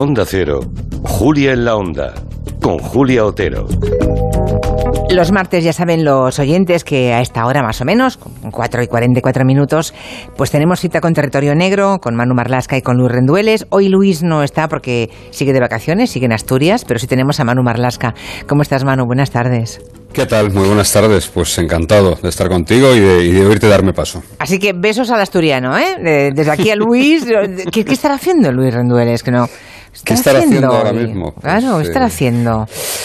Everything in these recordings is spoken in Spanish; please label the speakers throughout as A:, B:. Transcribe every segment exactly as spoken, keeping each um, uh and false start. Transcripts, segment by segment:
A: Onda Cero, Julia en la Onda, con Julia Otero.
B: Los martes ya saben los oyentes que a esta hora más o menos, con cuatro y cuarenta y cuatro minutos, pues tenemos cita con Territorio Negro, con Manu Marlasca y con Luis Rendueles. Hoy Luis no está porque sigue de vacaciones, sigue en Asturias, pero sí tenemos a Manu Marlasca. ¿Cómo estás, Manu? Buenas tardes.
C: ¿Qué tal? Muy buenas tardes. Pues encantado de estar contigo y de, y de oírte darme paso.
B: Así que besos al asturiano, ¿eh? Desde aquí a Luis. ¿Qué, qué estará haciendo Luis Rendueles? Que no...
C: ¿Qué estará haciendo, haciendo ahora mismo? Pues,
B: claro, ¿qué estará
C: eh,
B: haciendo?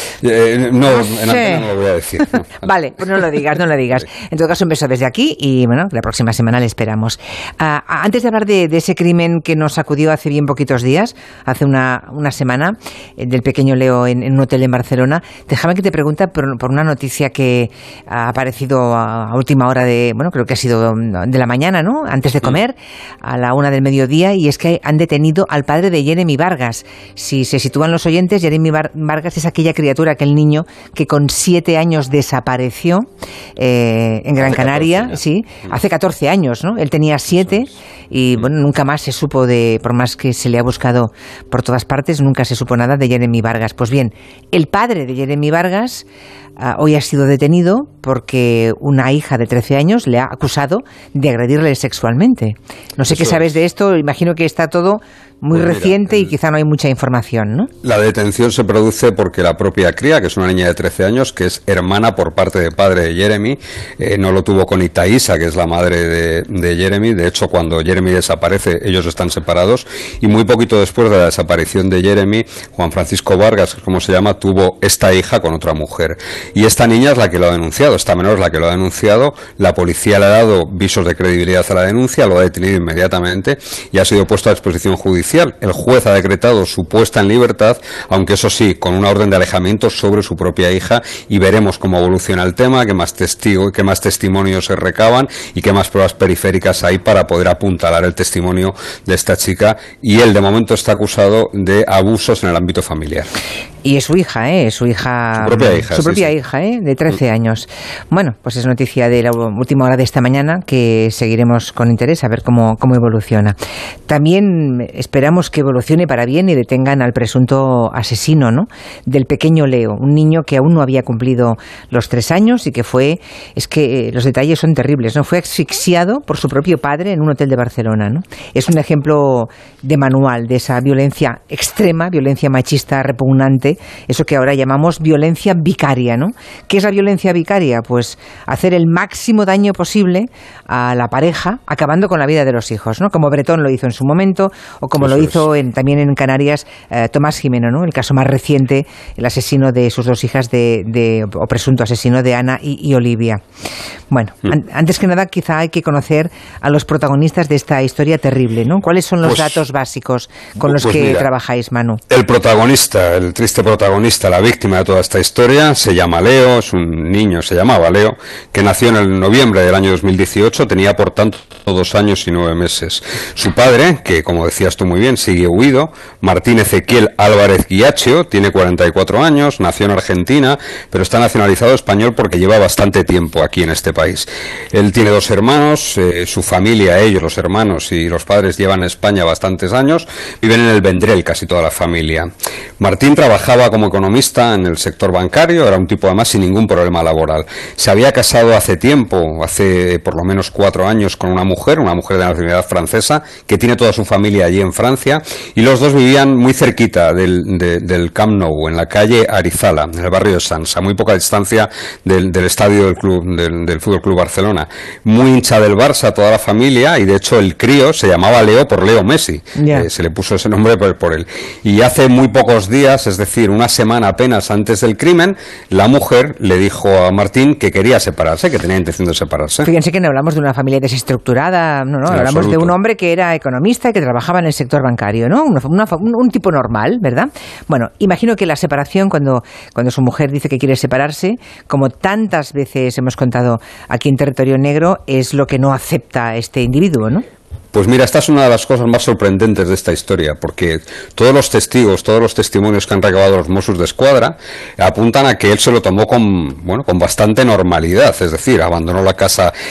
C: Eh, no, no en antena no lo voy a decir. No.
B: Vale, pues no lo digas, no lo digas. En todo caso, un beso desde aquí y, bueno, la próxima semana le esperamos. Uh, antes de hablar de, de ese crimen que nos sacudió hace bien poquitos días, hace una, una semana, eh, del pequeño Leo en, en un hotel en Barcelona, déjame que te pregunte por, por una noticia que ha aparecido a, a última hora de, bueno, creo que ha sido de la mañana, ¿no? Antes de comer, a la una del mediodía, y es que han detenido al padre de Jeremy Vargas. Si se sitúan los oyentes, Jeremy Vargas es aquella criatura, aquel niño que con siete años desapareció eh, en Gran Canaria, sí, hace catorce años, ¿no? Él tenía siete y bueno, nunca más se supo de, por más que se le ha buscado por todas partes, nunca se supo nada de Jeremy Vargas. Pues bien, el padre de Jeremy Vargas uh, hoy ha sido detenido porque una hija de trece años le ha acusado de agredirle sexualmente. No sé Eso qué sabes de esto, imagino que está todo muy pues reciente mira, el, y quizá no hay mucha información, ¿no?
C: La detención se produce porque la propia cría, que es una niña de trece años, que es hermana por parte de padre de Jeremy, eh, no lo tuvo con Itaísa, que es la madre de, de Jeremy. De hecho, cuando Jeremy desaparece, ellos están separados, y muy poquito después de la desaparición de Jeremy, Juan Francisco Vargas, como se llama, tuvo esta hija con otra mujer. Y esta niña es la que lo ha denunciado, esta menor es la que lo ha denunciado. La policía le ha dado visos de credibilidad a la denuncia, lo ha detenido inmediatamente y ha sido puesto a disposición judicial. El juez ha decretado su puesta en libertad, aunque eso sí, con una orden de alejamiento sobre su propia hija, y veremos cómo evoluciona el tema, qué más testigo, qué más testimonios se recaban y qué más pruebas periféricas hay para poder apuntalar el testimonio de esta chica. Y él de momento está acusado de abusos en el ámbito familiar.
B: Y es su hija, ¿eh? Su hija.
C: Su propia hija.
B: Su propia
C: sí, sí.
B: hija, ¿eh? De trece años. Bueno, pues es noticia de la última hora de esta mañana que seguiremos con interés a ver cómo, cómo evoluciona. También esperamos que evolucione para bien y detengan al presunto asesino, ¿no? Del pequeño Leo, un niño que aún no había cumplido los tres años y que fue, es que los detalles son terribles, ¿no? Fue asfixiado por su propio padre en un hotel de Barcelona, ¿no? Es un ejemplo de manual de esa violencia extrema, violencia machista repugnante, eso que ahora llamamos violencia vicaria, ¿no? ¿Qué es la violencia vicaria? Pues hacer el máximo daño posible a la pareja, acabando con la vida de los hijos, ¿no? Como Bretón lo hizo en su momento, o como Eso lo hizo en, también en Canarias eh, Tomás Jimeno, ¿no? El caso más reciente, el asesino de sus dos hijas, de, de, o presunto asesino de Ana y, y Olivia. Bueno, mm. an, antes que nada quizá hay que conocer a los protagonistas de esta historia terrible, ¿no? ¿Cuáles son los pues, datos básicos con los pues que mira, trabajáis, Manu?
C: El protagonista, el triste protagonista, la víctima de toda esta historia, se llama Leo, es un niño, se llamaba Leo, que nació en el noviembre del año dos mil dieciocho, tenía por tanto dos años y nueve meses. Su padre, que como decías tú muy bien, sigue huido, Martín Ezequiel Álvarez Guiachio, tiene cuarenta y cuatro años, nació en Argentina, pero está nacionalizado español porque lleva bastante tiempo aquí en este país. Él tiene dos hermanos, eh, su familia, ellos, los hermanos y los padres llevan en España bastantes años, viven en el Vendrell casi toda la familia. Martín trabajaba como economista en el sector bancario, era un tipo además sin ningún problema laboral. Se había casado hace tiempo, hace por lo menos cuatro años, con una mujer, una mujer de nacionalidad francesa, que tiene toda su familia allí en Francia, y los dos vivían muy cerquita del, de, del Camp Nou, en la calle Arizala, en el barrio de Sants, a muy poca distancia del, del estadio del club del, del Fútbol Club Barcelona. Muy hincha del Barça toda la familia, y de hecho el crío se llamaba Leo por Leo Messi, yeah. eh, se le puso ese nombre por, por él. Y hace muy pocos días, es decir, una semana apenas antes del crimen, la mujer le dijo a Martín que quería separarse, que tenía intención de separarse.
B: Fíjense que no hablamos de una familia desestructurada, no, no, hablamos absoluto. de un hombre que era economista y que trabajaba en el sector bancario, ¿no? Una, una, un, un tipo normal, ¿verdad? Bueno, imagino que la separación, cuando, cuando su mujer dice que quiere separarse, como tantas veces hemos contado aquí en Territorio Negro, es lo que no acepta este individuo, ¿no?
C: Pues mira, esta es una de las cosas más sorprendentes de esta historia, porque todos los testigos, todos los testimonios que han recabado los Mossos de Escuadra apuntan a que él se lo tomó con, bueno, con bastante normalidad, es decir, abandonó la casa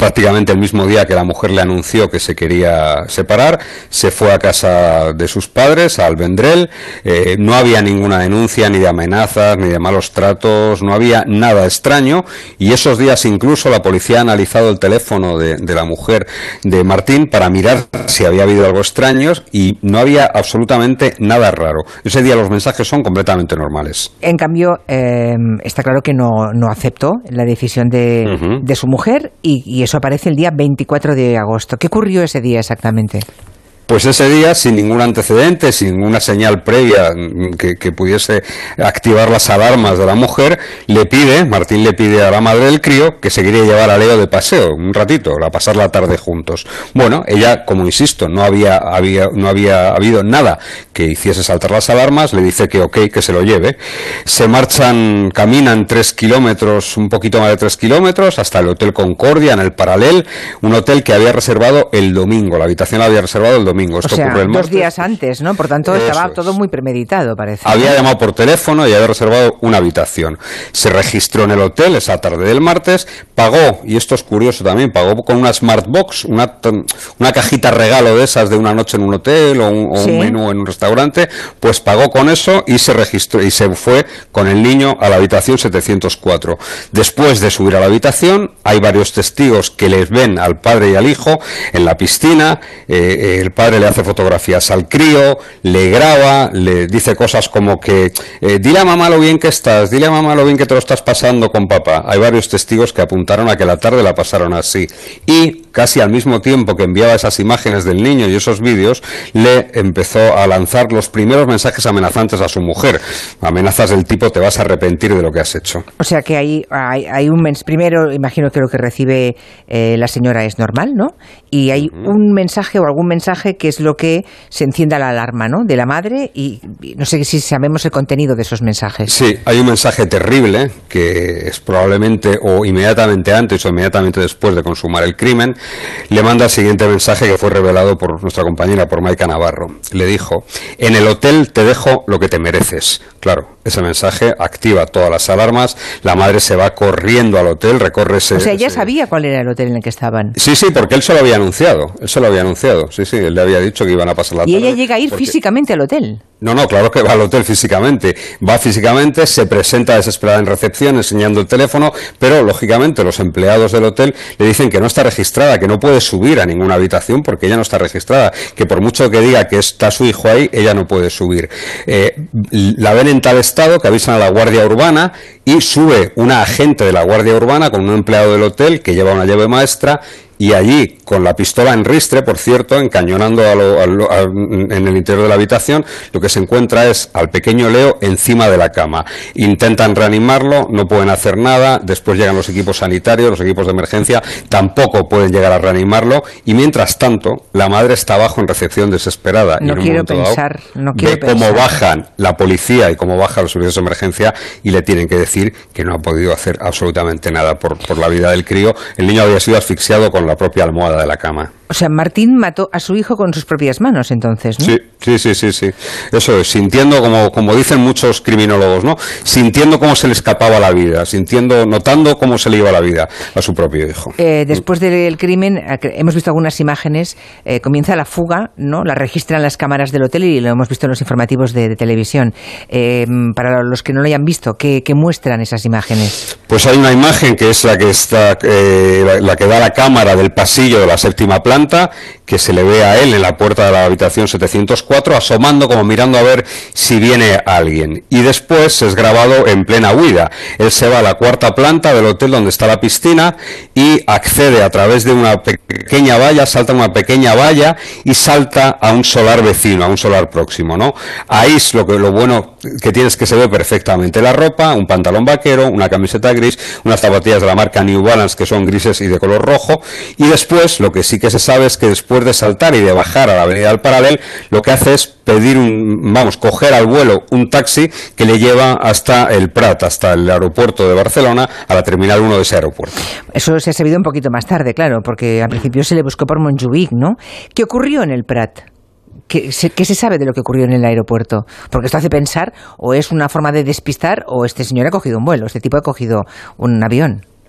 C: prácticamente el mismo día que la mujer le anunció que se quería separar, se fue a casa de sus padres, al Vendrell. Eh, no había ninguna denuncia, ni de amenazas, ni de malos tratos, no había nada extraño, y esos días incluso la policía ha analizado el teléfono de, de la mujer de Martín para mirar si había habido algo extraño, y no había absolutamente nada raro. Ese día los mensajes son completamente normales.
B: En cambio, eh, está claro que no, no aceptó la decisión de, uh-huh. de su mujer, y, y eso aparece el día veinticuatro de agosto. ¿Qué ocurrió ese día exactamente?
C: Pues ese día, sin ningún antecedente, sin ninguna señal previa que, que pudiese activar las alarmas de la mujer, le pide, Martín le pide a la madre del crío que se quería llevar a Leo de paseo un ratito, a pasar la tarde juntos. Bueno, ella, como insisto, no había, había, no había habido nada que hiciese saltar las alarmas, le dice que ok, que se lo lleve. Se marchan, caminan tres kilómetros, un poquito más de tres kilómetros, hasta el Hotel Concordia, en el Paralel, un hotel que había reservado el domingo, la habitación la había reservado el domingo. Esto
B: o sea,
C: ocurre el
B: dos
C: martes.
B: días antes, ¿no? Por tanto,
C: Eso
B: estaba
C: es.
B: todo muy premeditado, parece.
C: Había llamado por teléfono y había reservado una habitación. Se registró en el hotel esa tarde del martes, pagó, y esto es curioso también, pagó con una Smartbox, una, una cajita regalo de esas de una noche en un hotel o un, o
B: ¿Sí?
C: un menú en un restaurante, pues pagó con eso y se registró y se fue con el niño a la habitación setecientos cuatro. Después de subir a la habitación, hay varios testigos que les ven al padre y al hijo en la piscina. eh, el padre le hace fotografías al crío, le graba, le dice cosas como que eh, dile a mamá lo bien que estás, dile a mamá lo bien que te lo estás pasando con papá. Hay varios testigos que apuntaron a que la tarde la pasaron así, y casi al mismo tiempo que enviaba esas imágenes del niño y esos vídeos, le empezó a lanzar los primeros mensajes amenazantes a su mujer, amenazas del tipo te vas a arrepentir de lo que has hecho.
B: O sea que hay, hay, hay un mensaje, primero imagino que lo que recibe eh, la señora es normal, ¿no? Y hay uh-huh. un mensaje o algún mensaje que es lo que se encienda la alarma, ¿no? De la madre, y no sé si sabemos el contenido de esos mensajes.
C: Sí, hay un mensaje terrible que es probablemente o inmediatamente antes o inmediatamente después de consumar el crimen. Le manda el siguiente mensaje que fue revelado por nuestra compañera, por Maika Navarro. Le dijo: en el hotel te dejo lo que te mereces. Claro, ese mensaje activa todas las alarmas. La madre se va corriendo al hotel, recorre ese...
B: O sea, ella
C: ese...
B: sabía cuál era el hotel en el que estaban.
C: Sí, sí, porque él se lo había anunciado. Él se lo había anunciado. Sí, sí, él le había dicho que iban a pasar la
B: tarde. ¿Y ella llega a ir
C: porque...
B: físicamente al hotel?
C: No, no, claro que va al hotel físicamente. Va físicamente, se presenta desesperada en recepción enseñando el teléfono, pero lógicamente los empleados del hotel le dicen que no está registrada, que no puede subir a ninguna habitación porque ella no está registrada, que por mucho que diga que está su hijo ahí, ella no puede subir. Eh, la ven en tal estado que avisan a la Guardia Urbana y sube una agente de la Guardia Urbana con un empleado del hotel que lleva una llave maestra. Y allí, con la pistola en ristre, por cierto, encañonando a lo, a lo, a, en el interior de la habitación, lo que se encuentra es al pequeño Leo encima de la cama. Intentan reanimarlo, no pueden hacer nada, después llegan los equipos sanitarios, los equipos de emergencia, tampoco pueden llegar a reanimarlo, y mientras tanto, la madre está abajo en recepción desesperada.
B: No
C: y en un
B: quiero pensar,
C: dado,
B: no quiero
C: ve
B: pensar.
C: cómo bajan la policía y cómo bajan los servicios de emergencia y le tienen que decir que no ha podido hacer absolutamente nada por, por la vida del crío. El niño había sido asfixiado con la propia almohada de la cama.
B: O sea, Martín mató a su hijo con sus propias manos, entonces, ¿no?
C: Sí, sí, sí, sí, sí. Eso es, sintiendo, como, como dicen muchos criminólogos, ¿no? Sintiendo cómo se le escapaba la vida, sintiendo, notando cómo se le iba la vida a su propio hijo.
B: Eh, después del crimen, hemos visto algunas imágenes, eh, comienza la fuga, ¿no? La registran las cámaras del hotel y lo hemos visto en los informativos de, de televisión. Eh, para los que no lo hayan visto, ¿qué, qué muestran esas imágenes?
C: Pues hay una imagen que es la que está, eh, la, la que da la cámara del pasillo de la séptima planta, que se le ve a él en la puerta de la habitación setecientos cuatro asomando como mirando a ver si viene alguien, y después es grabado en plena huida. Él se va a la cuarta planta del hotel donde está la piscina y accede a través de una pequeña valla, salta una pequeña valla y salta a un solar vecino, a un solar próximo, ¿no? Ahí es lo que lo bueno que tienes, que se ve perfectamente la ropa, un pantalón vaquero, una camiseta gris, unas zapatillas de la marca New Balance que son grises y de color rojo, y después lo que sí que se sabe es que después de saltar y de bajar a la avenida del Paralel, lo que hace es pedir un, vamos, coger al vuelo un taxi que le lleva hasta el Prat, hasta el aeropuerto de Barcelona, a la terminal uno de ese aeropuerto.
B: Eso se ha sabido un poquito más tarde, claro, porque al principio se le buscó por Montjuïc, ¿no? ¿Qué ocurrió en el Prat? ¿Qué se, ¿Qué se sabe de lo que ocurrió en el aeropuerto? Porque esto hace pensar, o es una forma de despistar, o este señor ha cogido un vuelo, este tipo ha cogido un avión.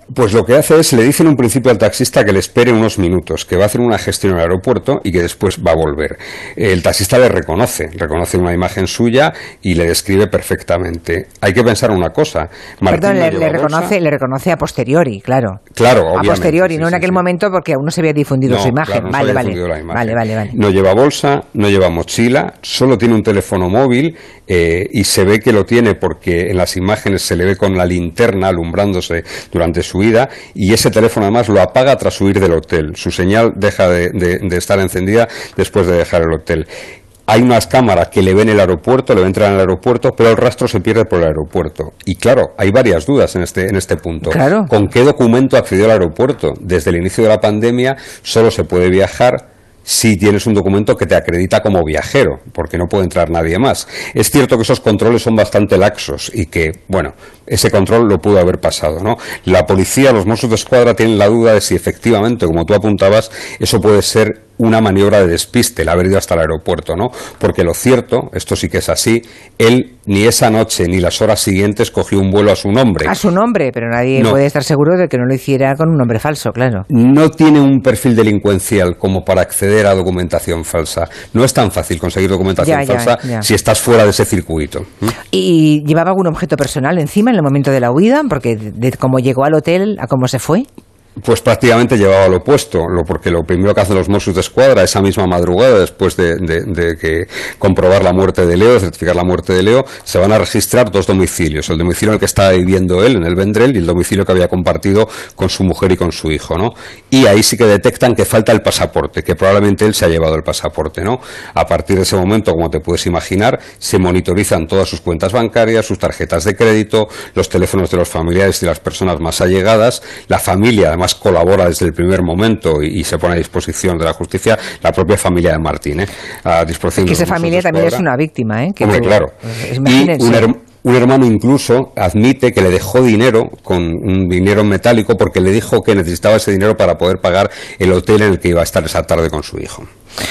C: Pues lo que hace es, le dice en un principio al taxista que le espere unos minutos, que va a hacer una gestión en el aeropuerto y que después va a volver. El taxista le reconoce, reconoce una imagen suya y le describe perfectamente. Hay que pensar una cosa. Martín
B: Perdón,
C: no
B: le,
C: lleva
B: le, reconoce,
C: bolsa.
B: le reconoce a posteriori, claro.
C: Claro,
B: a
C: obviamente.
B: posteriori,
C: sí,
B: no en
C: sí,
B: aquel
C: sí.
B: momento porque aún no se había difundido
C: No,
B: su imagen.
C: claro, no se
B: vale,
C: había
B: vale.
C: difundido la imagen.
B: vale, vale, vale.
C: No lleva bolsa, no lleva mochila, solo tiene un teléfono móvil eh, y se ve que lo tiene porque en las imágenes se le ve con la linterna alumbrándose durante su ida y ese teléfono además lo apaga tras huir del hotel. Su señal deja de, de, de estar encendida después de dejar el hotel. Hay unas cámaras que le ven el aeropuerto, le ven entrar en el aeropuerto, pero el rastro se pierde por el aeropuerto. Y claro, hay varias dudas en este, en este punto.
B: Claro.
C: ¿Con qué documento accedió al aeropuerto? Desde el inicio de la pandemia solo se puede viajar si tienes un documento que te acredita como viajero, porque no puede entrar nadie más. Es cierto que esos controles son bastante laxos y que, bueno, ese control lo pudo haber pasado, ¿no? La policía, los Mossos de Escuadra tienen la duda de si efectivamente, como tú apuntabas, eso puede ser una maniobra de despiste, el haber ido hasta el aeropuerto, ¿no? Porque lo cierto, esto sí que es así, él ni esa noche ni las horas siguientes cogió un vuelo a su nombre.
B: A su nombre, pero nadie
C: No.
B: puede estar seguro de que no lo hiciera con un nombre falso, claro.
C: No tiene un perfil delincuencial como para acceder a documentación falsa. No es tan fácil conseguir documentación
B: Ya, ya,
C: falsa
B: ya.
C: si estás fuera de ese circuito. ¿Mm?
B: ¿Y llevaba algún objeto personal encima en el momento de la huida? Porque de, de cómo llegó al hotel a cómo se fue.
C: Pues prácticamente llevaba lo opuesto, lo, porque lo primero que hacen los Mossos de Escuadra esa misma madrugada, después de, de, de que comprobar la muerte de Leo, de certificar la muerte de Leo, se van a registrar dos domicilios, el domicilio en el que estaba viviendo él, en el Vendrell, y el domicilio que había compartido con su mujer y con su hijo, ¿no? Y ahí sí que detectan que falta el pasaporte, que probablemente él se ha llevado el pasaporte, ¿no? A partir de ese momento, como te puedes imaginar, se monitorizan todas sus cuentas bancarias, sus tarjetas de crédito, los teléfonos de los familiares y las personas más allegadas, la familia, además, colabora desde el primer momento y, y se pone a disposición de la justicia, la propia familia de Martín, ¿eh? A disposición
B: Es que
C: de
B: esa
C: los
B: familia
C: Mossos de
B: también es
C: Escuadra.
B: una víctima, ¿eh? Que
C: Hombre,
B: tú-
C: claro.
B: pues,
C: Y
B: imagínense.
C: un, her- un hermano incluso admite que le dejó dinero, con un dinero metálico, porque le dijo que necesitaba ese dinero para poder pagar el hotel en el que iba a estar esa tarde con su hijo.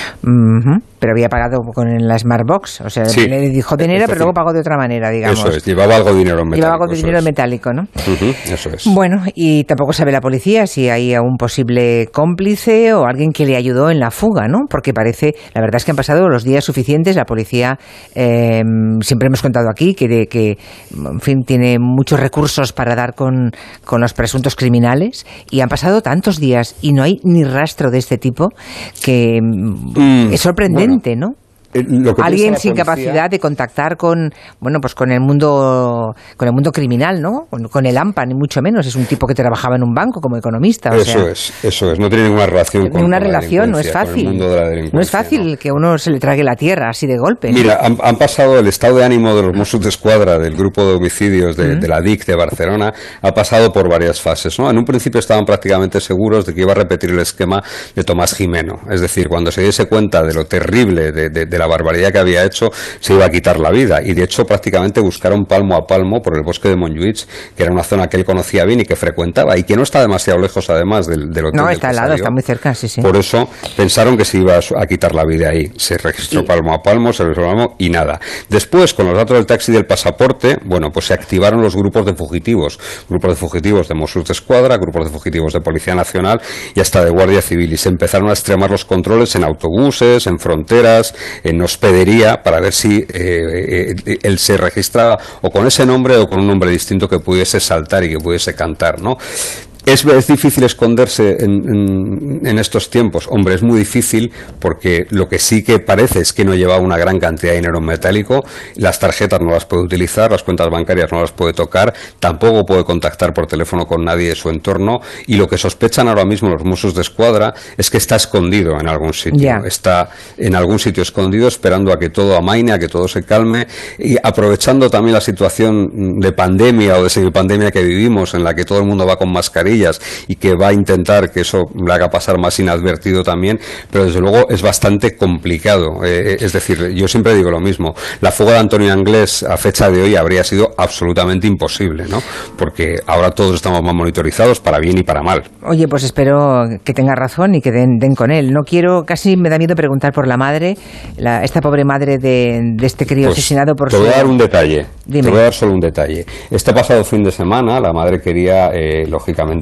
B: Ujú, pero había pagado con la Smartbox, o sea,
C: Sí,
B: le dijo dinero,
C: es
B: pero
C: decir,
B: luego pagó de otra manera, digamos.
C: Eso es, llevaba algo de dinero metálico.
B: Llevaba algo de
C: eso
B: dinero
C: es.
B: metálico, ¿no?
C: Ujú, eso es.
B: Bueno, y tampoco sabe la policía si hay a un posible cómplice o alguien que le ayudó en la fuga, ¿no? Porque parece, la verdad es que han pasado los días suficientes, la policía, eh, siempre hemos contado aquí que, de, que, en fin, tiene muchos recursos para dar con, con los presuntos criminales y han pasado tantos días y no hay ni rastro de este tipo que
C: Mm,
B: es sorprendente, ¿no?
C: Eh, lo que
B: Alguien
C: piensa
B: sin
C: la policía-
B: capacidad de contactar con, bueno, pues con el mundo, con el mundo criminal, ¿no? Con, con el AMPA, ni mucho menos. Es un tipo que trabajaba en un banco como economista. O
C: Eso
B: sea,
C: es, eso es. No tiene ninguna relación con,
B: ninguna
C: con la
B: relación, no es
C: delincuencia, con
B: fácil.
C: el mundo de la delincuencia,
B: No es fácil
C: ¿no?
B: que uno se le trague la tierra así de golpe.
C: Mira, han, han pasado el estado de ánimo de los Mossos de Escuadra, del grupo de homicidios de, de la D I C de Barcelona, ha pasado por varias fases, ¿no? En un principio estaban prácticamente seguros de que iba a repetir el esquema de Tomás Jimeno. Es decir, cuando se diese cuenta de lo terrible, de, de, de la barbaridad que había hecho, se iba a quitar la vida. Y de hecho, prácticamente buscaron palmo a palmo por el bosque de Montjuïc, que era una zona que él conocía bien y que frecuentaba, y que no está demasiado lejos, además, del, del hotel.
B: No,
C: del
B: está
C: que
B: al lado,
C: salió.
B: está muy cerca, sí, sí.
C: Por eso pensaron que se iba a, a quitar la vida ahí. Se registró
B: Y-
C: palmo a palmo, se registró palmo y nada. Después, con los datos del taxi y del pasaporte, bueno, pues se activaron los grupos de fugitivos. Grupos de fugitivos de Mossos de Escuadra, grupos de fugitivos de Policía Nacional y hasta de Guardia Civil. Y se empezaron a extremar los controles en autobuses, en fronteras, en hospedería, para ver si eh, eh, él se registraba o con ese nombre o con un nombre distinto que pudiese saltar y que pudiese cantar, ¿no? ¿Es, es difícil esconderse en, en, en estos tiempos? Hombre, es muy difícil porque lo que sí que parece es que no lleva una gran cantidad de dinero en metálico, las tarjetas no las puede utilizar, las cuentas bancarias no las puede tocar, tampoco puede contactar por teléfono con nadie de su entorno y lo que sospechan ahora mismo los Mossos de Escuadra es que está escondido en algún sitio,
B: Ya.
C: está en algún sitio escondido esperando a que todo amaine, a que todo se calme y aprovechando también la situación de pandemia o de semipandemia que vivimos en la que todo el mundo va con mascarilla y que va a intentar que eso le haga pasar más inadvertido también, pero desde luego es bastante complicado. Eh, es decir, yo siempre digo lo mismo, la fuga de Antonio Anglés a fecha de hoy habría sido absolutamente imposible, ¿no? Porque ahora todos estamos más monitorizados para bien y para mal.
B: Oye, pues espero que tenga razón y que den, den con él. No quiero, casi me da miedo preguntar por la madre, la, esta pobre madre de, de este crío
C: Pues,
B: asesinado por
C: te
B: su...
C: voy a dar un detalle.
B: Dime.
C: Te voy a dar solo un detalle. Este pasado fin de semana la madre quería, eh, lógicamente,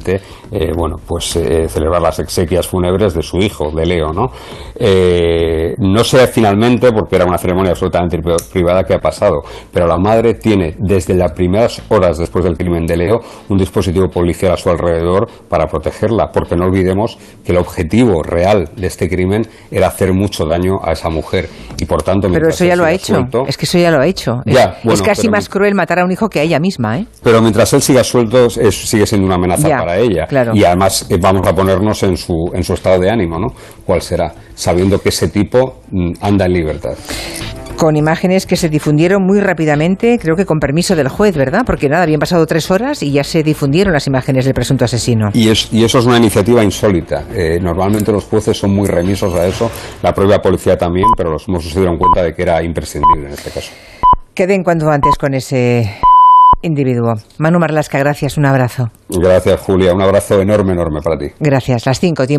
C: evidentemente, eh, bueno, pues eh, celebrar las exequias fúnebres de su hijo, de Leo, ¿no? Eh, no sé finalmente, porque era una ceremonia absolutamente privada, qué ha pasado, pero la madre tiene desde las primeras horas después del crimen de Leo un dispositivo policial a su alrededor para protegerla, porque no olvidemos que el objetivo real de este crimen era hacer mucho daño a esa mujer y por tanto...
B: Pero eso ya lo ha hecho, suelto, es que eso ya lo ha hecho.
C: Ya,
B: es,
C: bueno,
B: es casi más cruel matar a un hijo que a ella misma, ¿eh?
C: Pero mientras él siga suelto, es, sigue siendo una amenaza ya, para ella.
B: Claro.
C: Y además eh, vamos a ponernos en su, en su estado de ánimo, ¿no? ¿Cuál será? Sabiendo que ese tipo mm, anda en libertad.
B: Con imágenes que se difundieron muy rápidamente, creo que con permiso del juez, ¿verdad? Porque nada, habían pasado tres horas y ya se difundieron las imágenes del presunto asesino.
C: Y, es, y eso es una iniciativa insólita. Eh, normalmente los jueces son muy remisos a eso, la propia policía también, pero los mozos se dieron cuenta de que era imprescindible en este caso.
B: Queden cuanto antes con ese individuo. Manu Marlasca, gracias, un abrazo.
C: Gracias, Julia, un abrazo enorme, enorme para ti.
B: Gracias, las cinco.